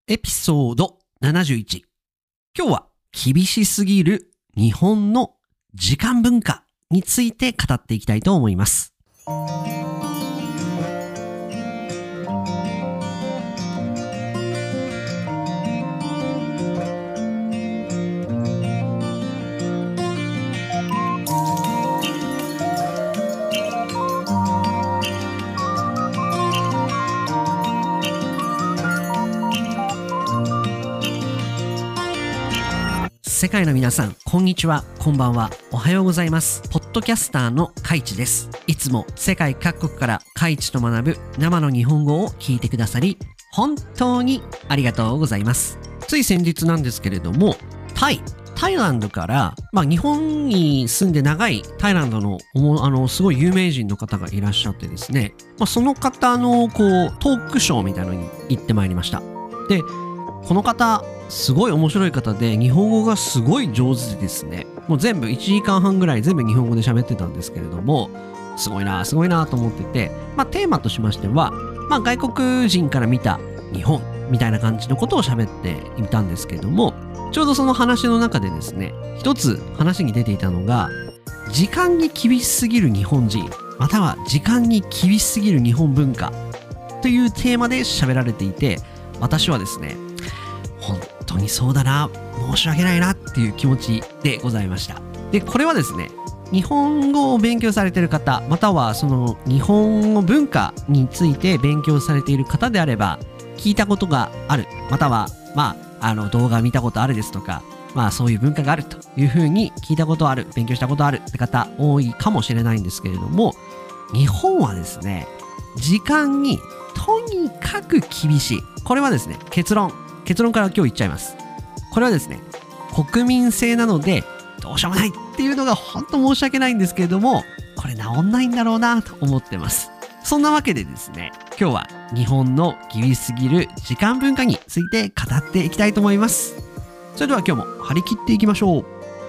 エピソード71。今日は厳しすぎる日本の時間文化について語っていきたいと思います。世界の皆さん、こんにちは、こんばんは、おはようございます。ポッドキャスターのカイチです。いつも世界各国からカイチと学ぶ生の日本語を聞いてくださり、本当にありがとうございます。つい先日なんですけれども、タイランドから、日本に住んで長いタイランドのすごい有名人の方がいらっしゃってですね、その方のトークショーみたいなのに行ってまいりました。で、この方すごい面白い方で、日本語がすごい上手でですね、もう全部1時間半ぐらい全部日本語で喋ってたんですけれども、すごいなと思ってて、テーマとしましては、外国人から見た日本みたいな感じのことを喋っていたんですけれども、ちょうどその話の中でですね、一つ話に出ていたのが、時間に厳しすぎる日本人、または時間に厳しすぎる日本文化というテーマで喋られていて、私はですね、本当にそうだな、申し訳ないなっていう気持ちでございました。で、これはですね、日本語を勉強されている方、またはその日本語文化について勉強されている方であれば、聞いたことがある、または動画見たことあるですとか、そういう文化があるというふうに聞いたことある、勉強したことあるって方多いかもしれないんですけれども、日本はですね、時間にとにかく厳しい。これはですね、結論から今日言っちゃいます。これはですね、国民性なのでどうしようもないっていうのが本当申し訳ないんですけれども、これ治んないんだろうなと思ってます。そんなわけでですね、今日は日本の厳しすぎる時間文化について語っていきたいと思います。それでは今日も張り切っていきましょう。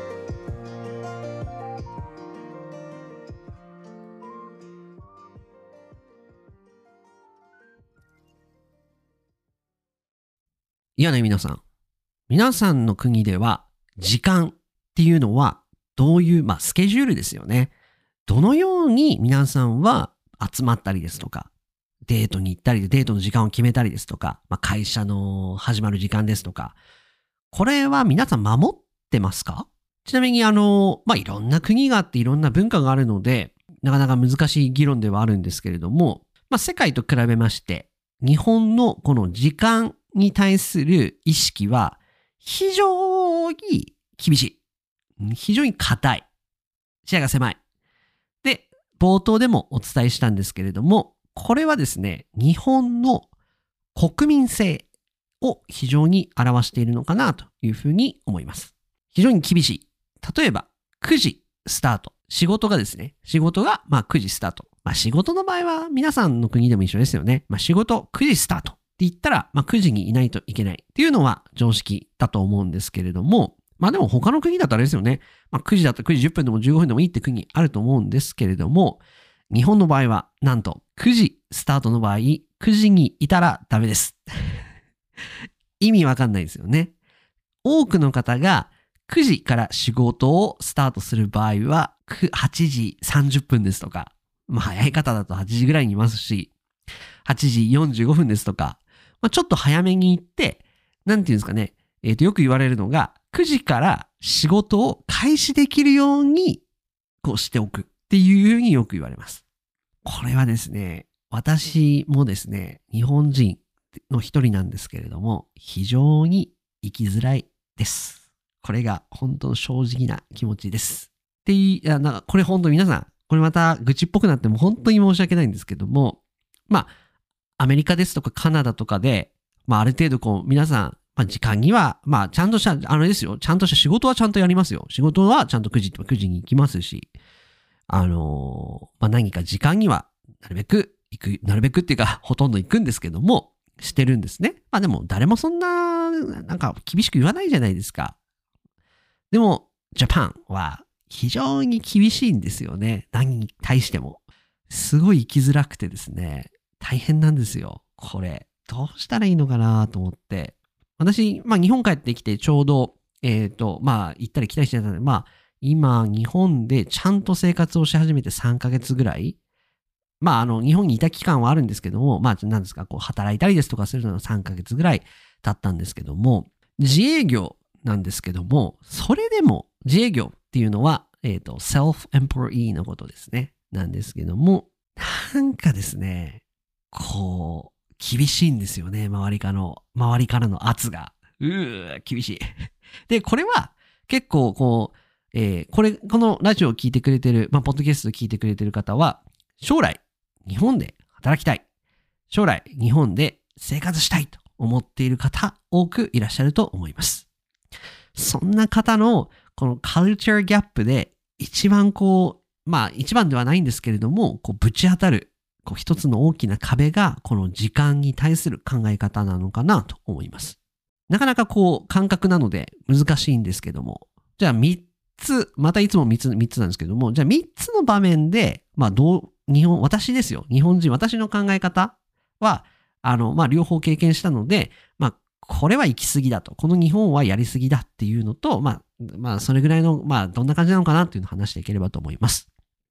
いやね、皆さんの国では時間っていうのはどういう、スケジュールですよね。どのように皆さんは集まったりですとか、デートに行ったりでデートの時間を決めたりですとか、会社の始まる時間ですとか、これは皆さん守ってますか？ちなみにいろんな国があっていろんな文化があるので、なかなか難しい議論ではあるんですけれども、世界と比べまして、日本のこの時間に対する意識は非常に厳しい。非常に硬い。視野が狭い。で、冒頭でもお伝えしたんですけれども、これはですね、日本の国民性を非常に表しているのかなというふうに思います。非常に厳しい。例えば、9時スタート。仕事が9時スタート。仕事の場合は皆さんの国でも一緒ですよね。仕事9時スタートって言ったら、9時にいないといけないっていうのは常識だと思うんですけれども、でも他の国だとあれですよね。9時だったら9時10分でも15分でもいいって国あると思うんですけれども、日本の場合はなんと9時スタートの場合、9時にいたらダメです。意味わかんないですよね。多くの方が9時から仕事をスタートする場合は8時30分ですとか、早い方だと8時ぐらいにいますし、8時45分ですとか、ちょっと早めに行って、なんていうんですかね、よく言われるのが、9時から仕事を開始できるようにしておくっていうふうによく言われます。これはですね、私もですね、日本人の一人なんですけれども、非常に生きづらいです。これが本当の正直な気持ちです。これ本当皆さん、これまた愚痴っぽくなっても本当に申し訳ないんですけども、アメリカですとかカナダとかで、ある程度皆さん、時間には、ちゃんとした、ちゃんとした仕事はちゃんとやりますよ。仕事はちゃんと9時に行きますし、何か時間にはなるべくっていうか、ほとんど行くんですけども、してるんですね。でも、誰もそんな、厳しく言わないじゃないですか。でも、ジャパンは非常に厳しいんですよね。何に対しても。すごい生きづらくてですね、大変なんですよ。これ、どうしたらいいのかなと思って。 私、日本帰ってきてちょうど、行ったり来たりしてたので、今、日本でちゃんと生活をし始めて3ヶ月ぐらい。日本にいた期間はあるんですけども、何ですか、働いたりですとかするのが3ヶ月ぐらい経ったんですけども、自営業なんですけども、それでも自営業っていうのは、self-employee のことですね。なんですけども、なんかですね、厳しいんですよね。周りからの圧が。厳しい。で、これは結構このラジオを聞いてくれてる、ポッドキャストを聞いてくれてる方は、将来、日本で働きたい。将来、日本で生活したいと思っている方、多くいらっしゃると思います。そんな方の、このカルチャーギャップで、一番一番ではないんですけれども、ぶち当たる、一つの大きな壁が、この時間に対する考え方なのかなと思います。なかなか感覚なので難しいんですけども、じゃあ3つ、またいつも3つなんですけども、じゃあ3つの場面で、私ですよ。日本人、私の考え方は、両方経験したので、これは行き過ぎだと。この日本はやり過ぎだっていうのと、それぐらいの、どんな感じなのかなっていうのを話していければと思います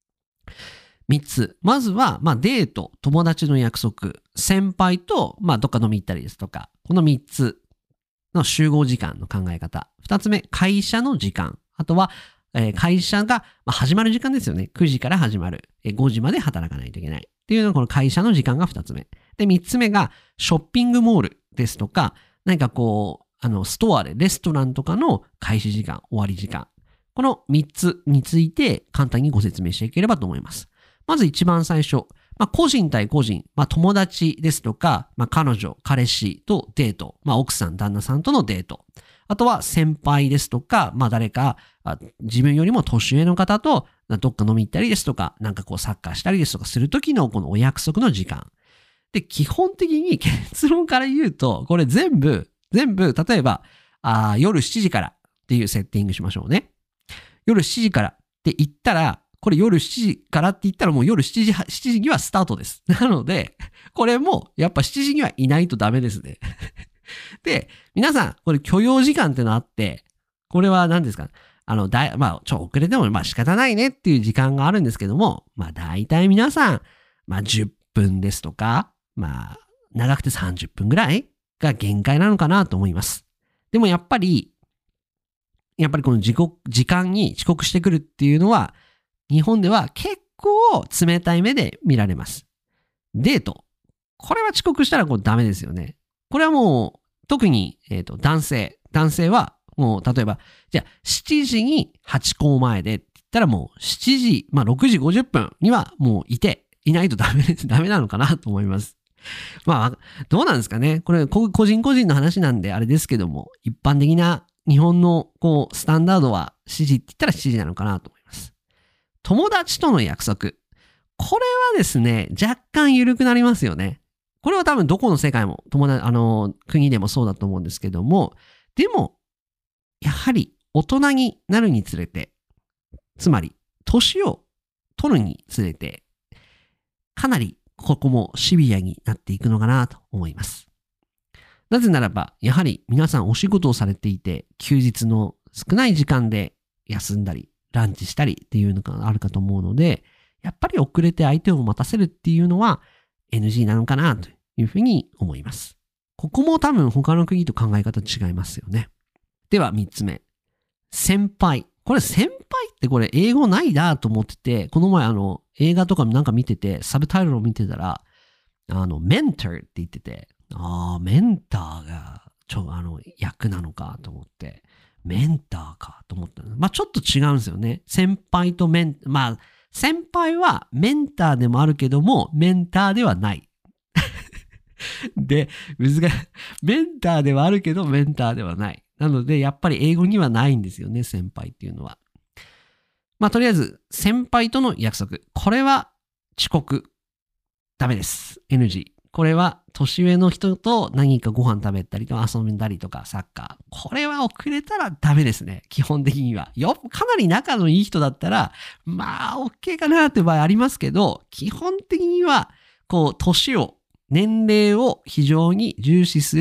。3つ。まずは、デート、友達の約束、先輩と、どっか飲み行ったりですとか、この3つの集合時間の考え方。2つ目、会社の時間。あとは、会社が始まる時間ですよね。9時から始まる。5時まで働かないといけない。っていうのがこの会社の時間が2つ目。で、3つ目がショッピングモールですとか、何かストアでレストランとかの開始時間、終わり時間。この3つについて簡単にご説明していければと思います。まず一番最初。個人対個人、友達ですとか、彼女、彼氏とデート。奥さん、旦那さんとのデート。あとは先輩ですとか、誰か自分よりも年上の方とどっか飲み行ったりですとか、サッカーしたりですとかするときのこのお約束の時間。で、基本的に結論から言うと、これ全部、例えば、夜7時からっていうセッティングしましょうね。夜7時からって言ったら、これ夜7時からって言ったらもう夜7時にはスタートです。なので、これもやっぱ7時にはいないとダメですね。で、皆さん、これ許容時間ってのあって、これは何ですか？遅れても仕方ないねっていう時間があるんですけども、大体皆さん、10分ですとか、長くて30分ぐらいが限界なのかなと思います。でもやっぱりこの時間に遅刻してくるっていうのは、日本では結構冷たい目で見られます。デート。これは遅刻したらダメですよね。これはもう、特に、男性は、もう、例えば、じゃあ、7時に8校前でって言ったらもう、7時、6時50分にはもういないとダメなのかなと思います。どうなんですかね。これ、個人個人の話なんであれですけども、一般的な日本の、スタンダードは7時って言ったら7時なのかなと思います。友達との約束。これはですね、若干緩くなりますよね。これは多分どこの世界も国でもそうだと思うんですけども、でも、やはり大人になるにつれて、つまり年を取るにつれて、かなりここもシビアになっていくのかなと思います。なぜならば、やはり皆さんお仕事をされていて、休日の少ない時間で休んだり、ランチしたりっていうのがあるかと思うので、やっぱり遅れて相手を待たせるっていうのは NG なのかなというふうに思います。ここも多分他の国と考え方違いますよね。では3つ目。先輩。これ先輩ってこれ英語ないなと思ってて、この前映画とか見てて、サブタイトルを見てたら、メンターって言ってて、メンターが役なのかと思って、メンターかと思った。ちょっと違うんですよね。先輩と先輩はメンターでもあるけども、メンターではない。で、メンターではあるけど、メンターではない。なので、やっぱり英語にはないんですよね、先輩っていうのは。とりあえず、先輩との約束。これは遅刻。ダメです。NG。これは年上の人と何かご飯食べたりとか遊んだりとかサッカー。これは遅れたらダメですね。基本的には。かなり仲のいい人だったら、OK かなっていう場合ありますけど、基本的には、年齢を非常に重視する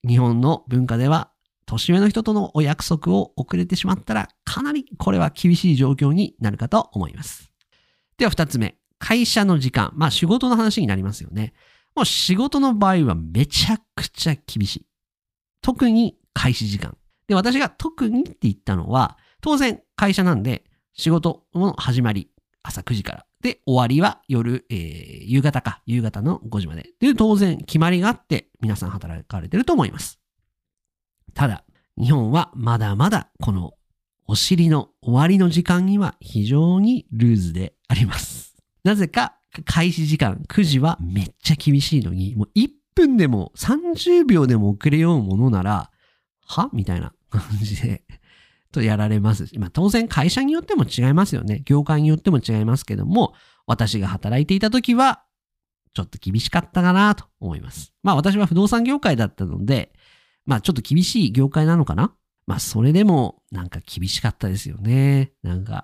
日本の文化では、年上の人とのお約束を遅れてしまったら、かなりこれは厳しい状況になるかと思います。では2つ目。会社の時間。仕事の話になりますよね。もう仕事の場合はめちゃくちゃ厳しい。特に開始時間。で、私が特にって言ったのは、当然会社なんで仕事の始まり朝9時から。で、終わりは夜、夕方の5時まで。で、当然決まりがあって皆さん働かれてると思います。ただ、日本はまだまだこのお尻の終わりの時間には非常にルーズであります。なぜか開始時間9時はめっちゃ厳しいのに、もう1分でも30秒でも遅れようものなら、みたいな感じで、とやられますし、当然会社によっても違いますよね。業界によっても違いますけども、私が働いていた時は、ちょっと厳しかったかなと思います。私は不動産業界だったので、ちょっと厳しい業界なのかな？それでも、厳しかったですよね。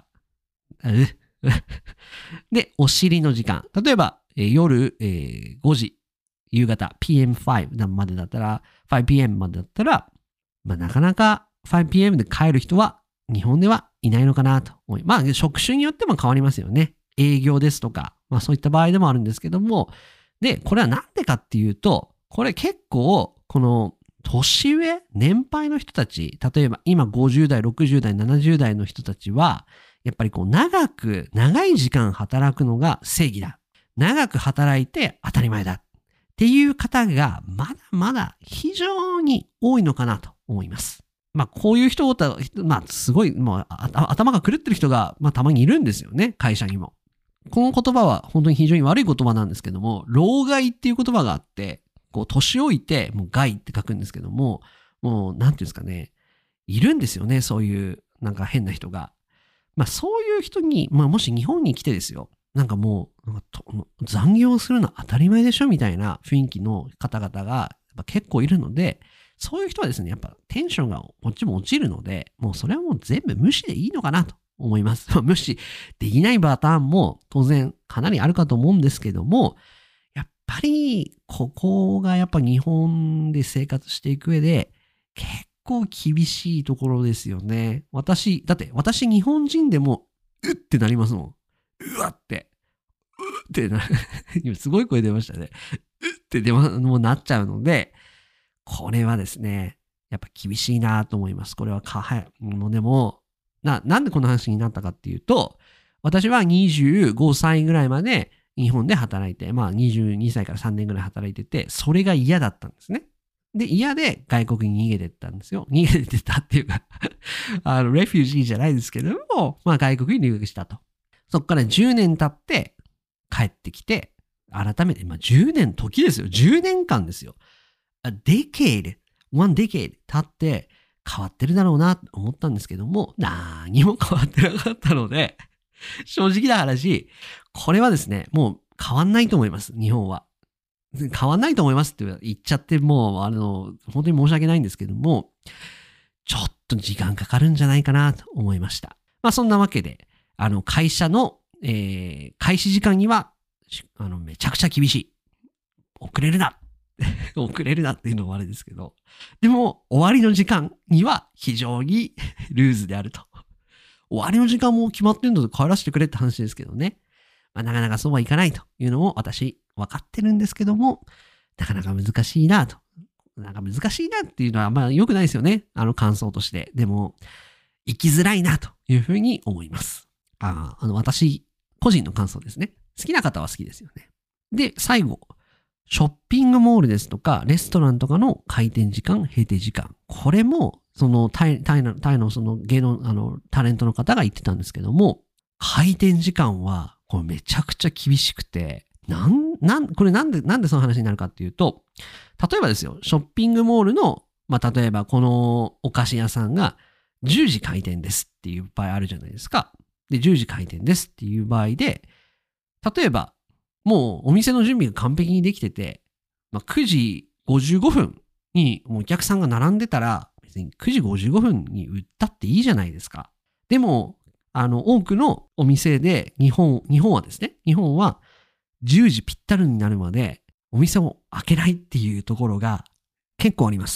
で、お尻の時間。例えば、夜、5時、夕方、PM5 までだったら、5pm までだったら、なかなか 5pm で帰る人は日本ではいないのかなと思い。職種によっても変わりますよね。営業ですとか、そういった場合でもあるんですけども、で、これはなんでかっていうと、これ結構、この、年上、年配の人たち、例えば今50代、60代、70代の人たちは、やっぱり長い時間働くのが正義だ。長く働いて当たり前だ。っていう方がまだまだ非常に多いのかなと思います。こういう人と、すごい、頭が狂ってる人が、たまにいるんですよね、会社にも。この言葉は本当に非常に悪い言葉なんですけども、老害っていう言葉があって、年老いて、もう害って書くんですけども、もう、なんていうんですかね、いるんですよね、そういう、変な人が。そういう人に、もし日本に来てですよ、残業するの当たり前でしょみたいな雰囲気の方々が結構いるので、そういう人はですね、やっぱテンションがこっちも落ちるので、もうそれはもう全部無視でいいのかなと思います。無視できないパターンも当然かなりあるかと思うんですけども、やっぱりここがやっぱ日本で生活していく上で結構厳しいところですよね。だって私日本人でもうってなりますもん。うわって。って今すごい声出ましたね。ってもうなっちゃうので、これはですね、やっぱ厳しいなと思います。これはもうでも、なんでこの話になったかっていうと、私は25歳ぐらいまで日本で働いて、22歳から3年ぐらい働いてて、それが嫌だったんですね。で、嫌で外国に逃げてったんですよ。逃げてったっていうかレフュージーじゃないですけども、外国に留学したと。そっから10年経って帰ってきて、改めて、10年時ですよ。10年間ですよ。one decade 経って変わってるだろうなと思ったんですけども、何も変わってなかったので、正直な話、これはですね、もう変わんないと思います、日本は。変わんないと思いますって言っちゃって、もう、本当に申し訳ないんですけども、ちょっと時間かかるんじゃないかなと思いました。そんなわけで、会社の、開始時間には、めちゃくちゃ厳しい。遅れるなっていうのもあれですけど。でも、終わりの時間には非常にルーズであると。終わりの時間も決まってんので帰らせてくれって話ですけどね。なかなかそうはいかないというのも私分かってるんですけども、なかなか難しいなと。難しいなっていうのは良くないですよね。感想として。でも、生きづらいなというふうに思います。私、個人の感想ですね。好きな方は好きですよね。で、最後。ショッピングモールですとか、レストランとかの開店時間、閉店時間。これも、タイのその芸能、タレントの方が言ってたんですけども、開店時間は、これめちゃくちゃ厳しくて、これなんでその話になるかっていうと、例えばですよ、ショッピングモールの、例えばこのお菓子屋さんが10時開店ですっていう場合あるじゃないですか。で、10時開店ですっていう場合で、例えば、もうお店の準備が完璧にできてて、9時55分にもうお客さんが並んでたら、別に9時55分に売ったっていいじゃないですか。でも、多くのお店で、日本はですね、日本は10時ぴったりになるまでお店を開けないっていうところが結構あります。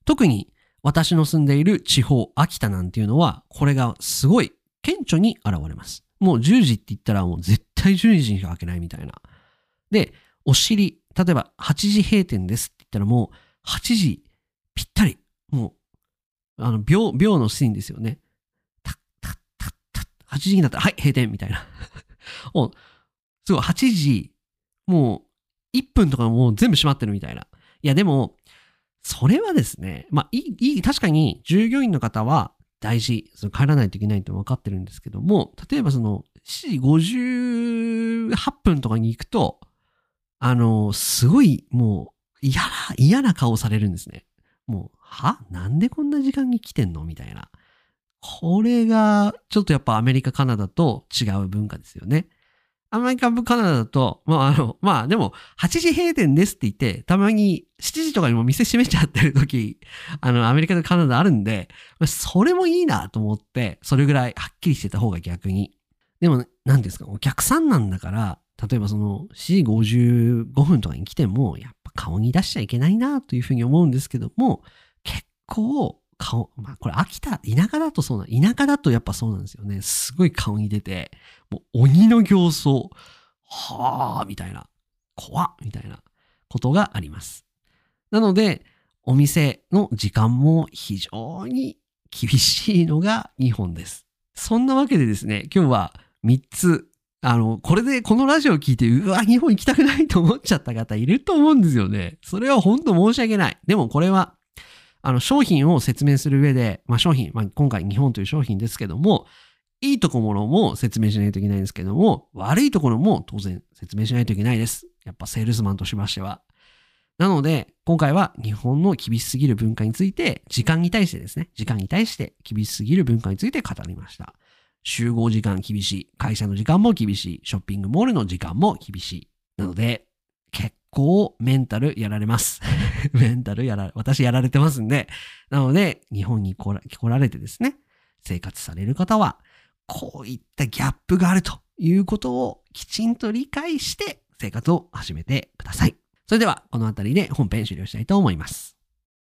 特に私の住んでいる地方、秋田なんていうのは、これがすごい顕著に現れます。もう10時って言ったらもう絶対10時にしか開けないみたいな。で、お尻、例えば8時閉店ですって言ったらもう8時ぴったり、もう、秒のシーンですよね。タッタッタッタッ、8時になったら、はい、閉店みたいな。すごい、8時、もう1分とかもう全部閉まってるみたいな。いや、でも、それはですね、まあ、確かに従業員の方は大事、帰らないといけないって分かってるんですけども、例えば7時58分とかに行くと、すごいもう嫌な顔されるんですね。もう、なんでこんな時間に来てんのみたいな。これが、ちょっとやっぱアメリカ、カナダと違う文化ですよね。アメリカ、カナダだと、でも、8時閉店ですって言って、たまに7時とかにも店閉めちゃってる時、アメリカとカナダあるんで、それもいいなと思って、それぐらいはっきりしてた方が逆に。でも、何ですか、お客さんなんだから、例えば7時55分とかに来ても、やっぱ顔に出しちゃいけないなというふうに思うんですけども、結構、これ秋田、田舎だとやっぱそうなんですよね。すごい顔に出て、もう鬼の形相、みたいな、怖っみたいなことがあります。なので、お店の時間も非常に厳しいのが日本です。そんなわけでですね、今日は3つ、これでこのラジオを聞いて、日本行きたくないと思っちゃった方いると思うんですよね。それは本当申し訳ない。でもこれは、商品を説明する上で、今回日本という商品ですけども、いいところも説明しないといけないんですけども、悪いところも当然説明しないといけないです。やっぱセールスマンとしましては。なので、今回は日本の厳しすぎる文化について、時間に対して厳しすぎる文化について語りました。集合時間厳しい、会社の時間も厳しい、ショッピングモールの時間も厳しい。なので、結構メンタルやられます。私やられてますんで。なので、日本に来られてですね、生活される方は、こういったギャップがあるということをきちんと理解して生活を始めてください。それでは、この辺りで本編終了したいと思います。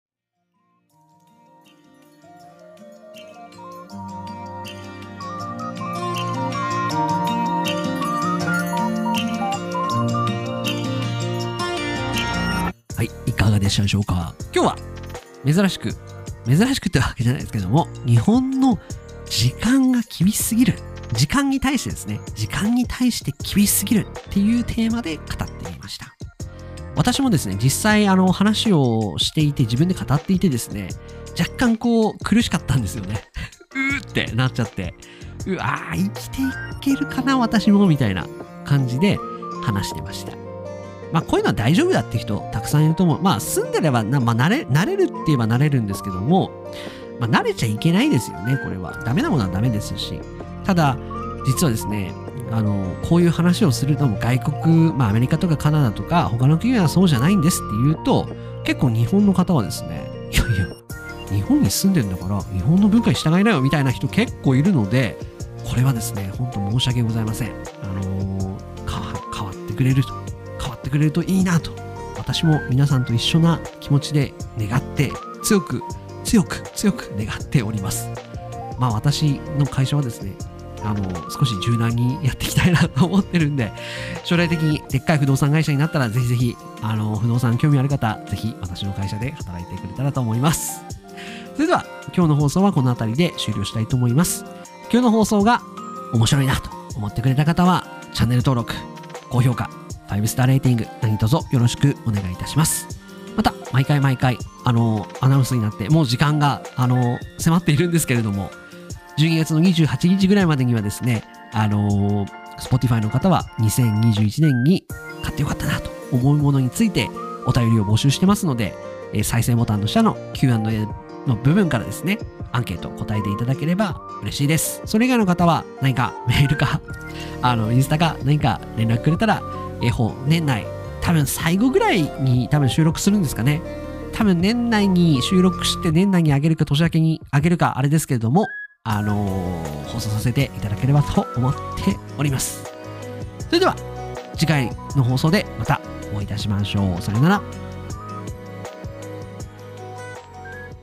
はい、いかがでしたでしょうか。今日は珍しくってわけじゃないですけども、日本の時間が厳しすぎる。時間に対して厳しすぎるっていうテーマで語ってみました。私もですね、実際話をしていて自分で語っていてですね、若干苦しかったんですよね。ってなっちゃって、生きていけるかな私もみたいな感じで話してました。こういうのは大丈夫だって人たくさんいると思う。住んでれば慣れるって言えば慣れるんですけども、慣れちゃいけないですよね、これは。ダメなものはダメですし。ただ、実はですね、こういう話をするのも外国、アメリカとかカナダとか他の国はそうじゃないんですって言うと、結構日本の方はですね、いや、日本に住んでんだから日本の文化に従いなよみたいな人結構いるので、これはですね、本当申し訳ございません。変わってくれるといいなと、私も皆さんと一緒な気持ちで願って、強く願っております。私の会社はですね、少し柔軟にやっていきたいなと思ってるんで、将来的にでっかい不動産会社になったら、ぜひ不動産興味ある方、ぜひ私の会社で働いてくれたらと思います。それでは、今日の放送はこの辺りで終了したいと思います。今日の放送が面白いなと思ってくれた方は、チャンネル登録、高評価、5スターレーティング、何卒よろしくお願いいたします。また、毎回、アナウンスになって、もう時間が、迫っているんですけれども、12月の28日ぐらいまでにはですね、Spotify の方は2021年に買ってよかったなと思うものについてお便りを募集してますので、再生ボタンの下の Q&A の部分からですね、アンケート答えていただければ嬉しいです。それ以外の方は何かメールか、インスタか何か連絡くれたら、年内、多分最後ぐらいに収録するんですかね。多分年内に収録して年内に上げるか年明けに上げるかあれですけれども、放送させていただければと思っております。それでは次回の放送でまたお会いいたしましょう。さよなら。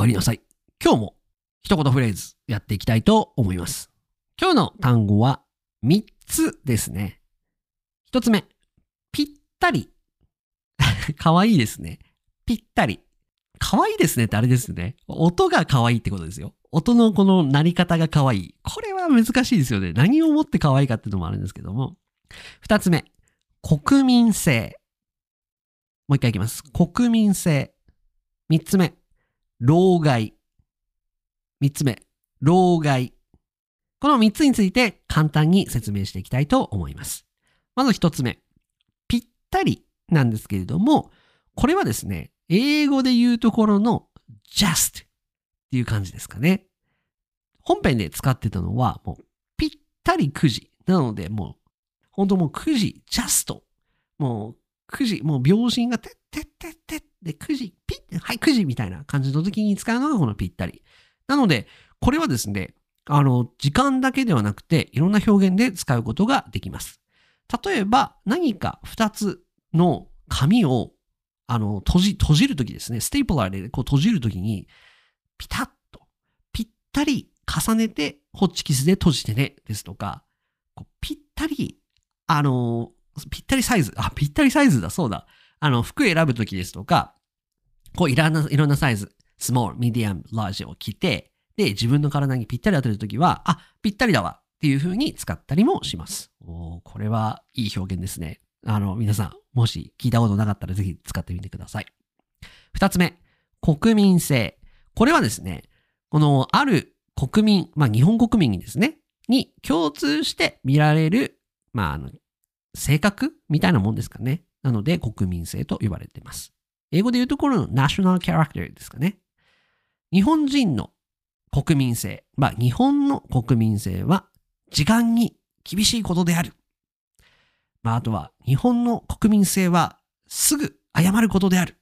帰りなさい。今日も一言フレーズやっていきたいと思います。今日の単語は3つですね。1つ目、ぴったり。かわいいですね。ぴったり。かわいいですねってあれですね。音がかわいいってことですよ。音のこの鳴り方がかわいい。これは難しいですよね。何をもってかわいいかっていうのもあるんですけども。2つ目、国民性。もう一回いきます。国民性。3つ目、老害。3つ目、老害。この3つについて簡単に説明していきたいと思います。まず1つ目、ぴったりなんですけれども、これはですね、英語で言うところの just っていう感じですかね。本編で使ってたのはもうぴったり9時。なのでもう本当もう9時 just。もう9時、もう秒針がてってってってで9時ピッ、はい9時みたいな感じの時に使うのがこのぴったり。なのでこれはですね、時間だけではなくていろんな表現で使うことができます。例えば何か2つの紙を閉じるときですね。ステープラーでこう閉じるときに、ピタッと、ぴったり重ねて、ホッチキスで閉じてね、ですとか、こうぴったり、ぴったりサイズ、ぴったりサイズだ、そうだ。服選ぶときですとか、こういろんなサイズ、スモール、ミディアム、ラージを着て、で、自分の体にぴったり当てるときは、ぴったりだわっていう風に使ったりもします。これはいい表現ですね。皆さん、もし聞いたことなかったらぜひ使ってみてください。2つ目、国民性。これはですね、ある国民、日本国民にですね、に共通して見られる、性格みたいなもんですかね。なので、国民性と呼ばれています。英語で言うところのナショナルキャラクターですかね。日本人の国民性。日本の国民性は、時間に厳しいことである。あとは、日本の国民性は、すぐ謝ることである。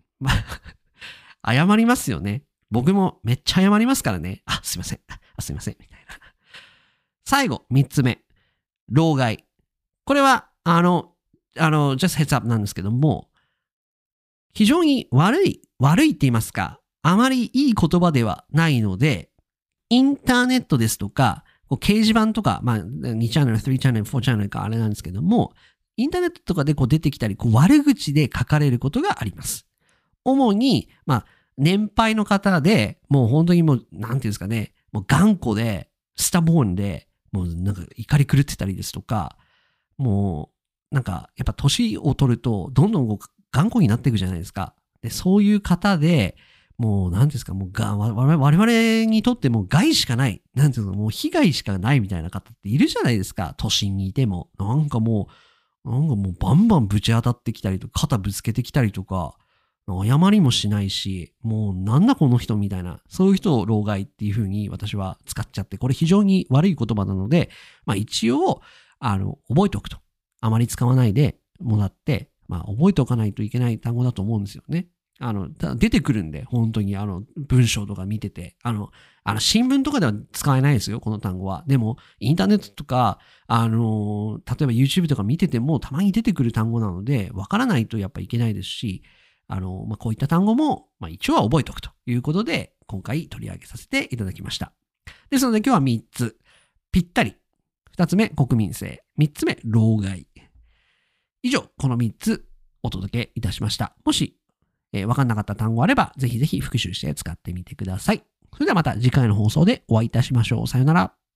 謝りますよね。僕もめっちゃ謝りますからね。すいません。すいません。みたいな。最後、3つ目。老害。これは、just heads up なんですけども、非常に悪いって言いますか、あまりいい言葉ではないので、インターネットですとか、掲示板とか、2チャンネル、3チャンネル、4チャンネルかあれなんですけども、インターネットとかで出てきたり、悪口で書かれることがあります。主に、年配の方で、もう本当にもう、なんていうんですかね、もう頑固で、スタボーンで、もうなんか怒り狂ってたりですとか、もう、なんか、やっぱ年を取ると、どんどん頑固になっていくじゃないですか。で、そういう方で、もう、なんですか、もう我々にとっても害しかない。なんていうの、もう被害しかないみたいな方っているじゃないですか。都心にいても。なんかもうバンバンぶち当たってきたりとか、肩ぶつけてきたりとか、謝りもしないし、もうなんだこの人みたいな、そういう人を老害っていう風に私は使っちゃって、これ非常に悪い言葉なので、一応、覚えておくと。あまり使わないでもらって、覚えておかないといけない単語だと思うんですよね。出てくるんで、本当に文章とか見てて、新聞とかでは使えないですよ、この単語は。でも、インターネットとか、例えば YouTube とか見てても、たまに出てくる単語なので、わからないとやっぱいけないですし、こういった単語も、一応は覚えておくということで、今回取り上げさせていただきました。ですので、今日は3つ。ぴったり。2つ目、国民性。3つ目、老害。以上、この3つお届けいたしました。もし、わかんなかった単語あれば、ぜひぜひ復習して使ってみてください。それではまた次回の放送でお会いいたしましょう。さよなら。